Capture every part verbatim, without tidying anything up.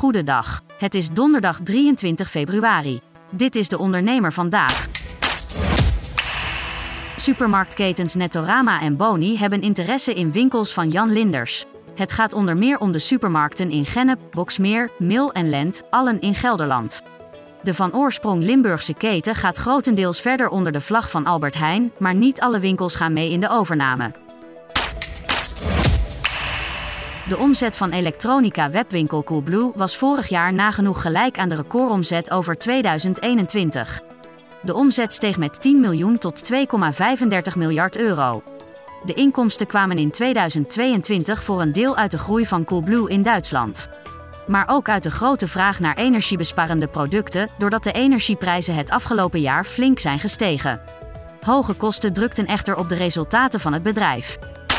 Goedendag. Het is donderdag drieëntwintig februari. Dit is de ondernemer vandaag. Supermarktketens Nettorama en Boni hebben interesse in winkels van Jan Linders. Het gaat onder meer om de supermarkten in Gennep, Boxmeer, Mil en Lent, allen in Gelderland. De van oorsprong Limburgse keten gaat grotendeels verder onder de vlag van Albert Heijn, maar niet alle winkels gaan mee in de overname. De omzet van elektronica-webwinkel Coolblue was vorig jaar nagenoeg gelijk aan de recordomzet over tweeduizend eenentwintig. De omzet steeg met tien miljoen tot twee komma vijfendertig miljard euro. De inkomsten kwamen in tweeduizend tweeëntwintig voor een deel uit de groei van Coolblue in Duitsland. Maar ook uit de grote vraag naar energiebesparende producten, doordat de energieprijzen het afgelopen jaar flink zijn gestegen. Hoge kosten drukten echter op de resultaten van het bedrijf.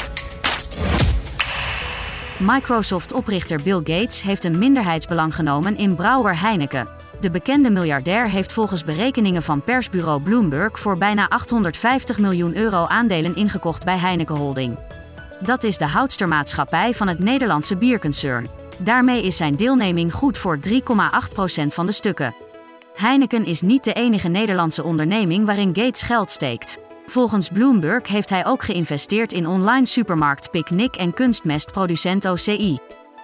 Microsoft-oprichter Bill Gates heeft een minderheidsbelang genomen in brouwer Heineken. De bekende miljardair heeft volgens berekeningen van persbureau Bloomberg voor bijna achthonderdvijftig miljoen euro aandelen ingekocht bij Heineken Holding. Dat is de houdstermaatschappij van het Nederlandse bierconcern. Daarmee is zijn deelneming goed voor drie komma acht procent van de stukken. Heineken is niet de enige Nederlandse onderneming waarin Gates geld steekt. Volgens Bloomberg heeft hij ook geïnvesteerd in online supermarkt Picnic en kunstmestproducent O C I.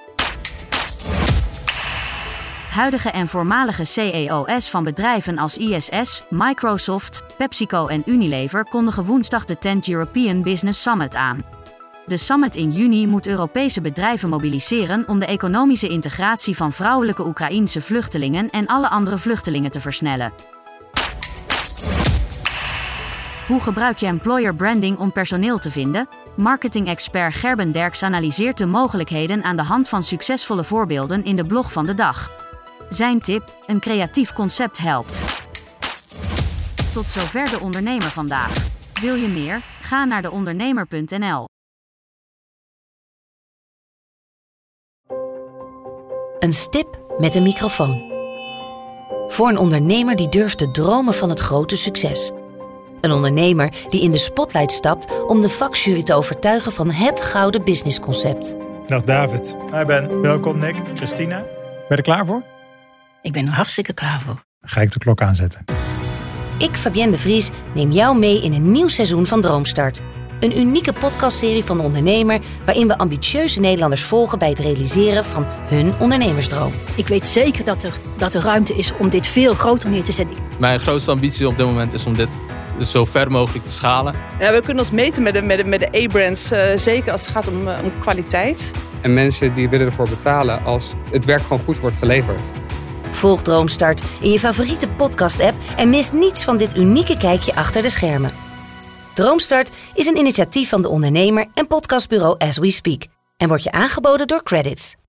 Huidige en voormalige C E O's van bedrijven als I S S, Microsoft, PepsiCo en Unilever kondigen woensdag de tenth European Business Summit aan. De summit in juni moet Europese bedrijven mobiliseren om de economische integratie van vrouwelijke Oekraïense vluchtelingen en alle andere vluchtelingen te versnellen. Hoe gebruik je employer branding om personeel te vinden? Marketing-expert Gerben Derks analyseert de mogelijkheden aan de hand van succesvolle voorbeelden in de blog van de dag. Zijn tip: een creatief concept helpt. Tot zover de ondernemer vandaag. Wil je meer? Ga naar de ondernemer punt n l. Een stip met een microfoon. Voor een ondernemer die durft te dromen van het grote succes. Een ondernemer die in de spotlight stapt om de vakjury te overtuigen van het gouden businessconcept. Dag David. Hi Ben. Welkom Nick. Christina. Ben je er klaar voor? Ik ben er hartstikke klaar voor. Dan ga ik de klok aanzetten. Ik, Fabienne de Vries, neem jou mee in een nieuw seizoen van Droomstart. Een unieke podcastserie van de ondernemer waarin we ambitieuze Nederlanders volgen bij het realiseren van hun ondernemersdroom. Ik weet zeker dat er, dat er ruimte is om dit veel groter neer te zetten. Mijn grootste ambitie op dit moment is om dit zo ver mogelijk te schalen. Ja, we kunnen ons meten met de, met de, met de A-brands, uh, zeker als het gaat om, uh, om kwaliteit. En mensen die willen ervoor betalen als het werk gewoon goed wordt geleverd. Volg Droomstart in je favoriete podcast-app en mis niets van dit unieke kijkje achter de schermen. Droomstart is een initiatief van de ondernemer en podcastbureau As We Speak en wordt je aangeboden door Credits.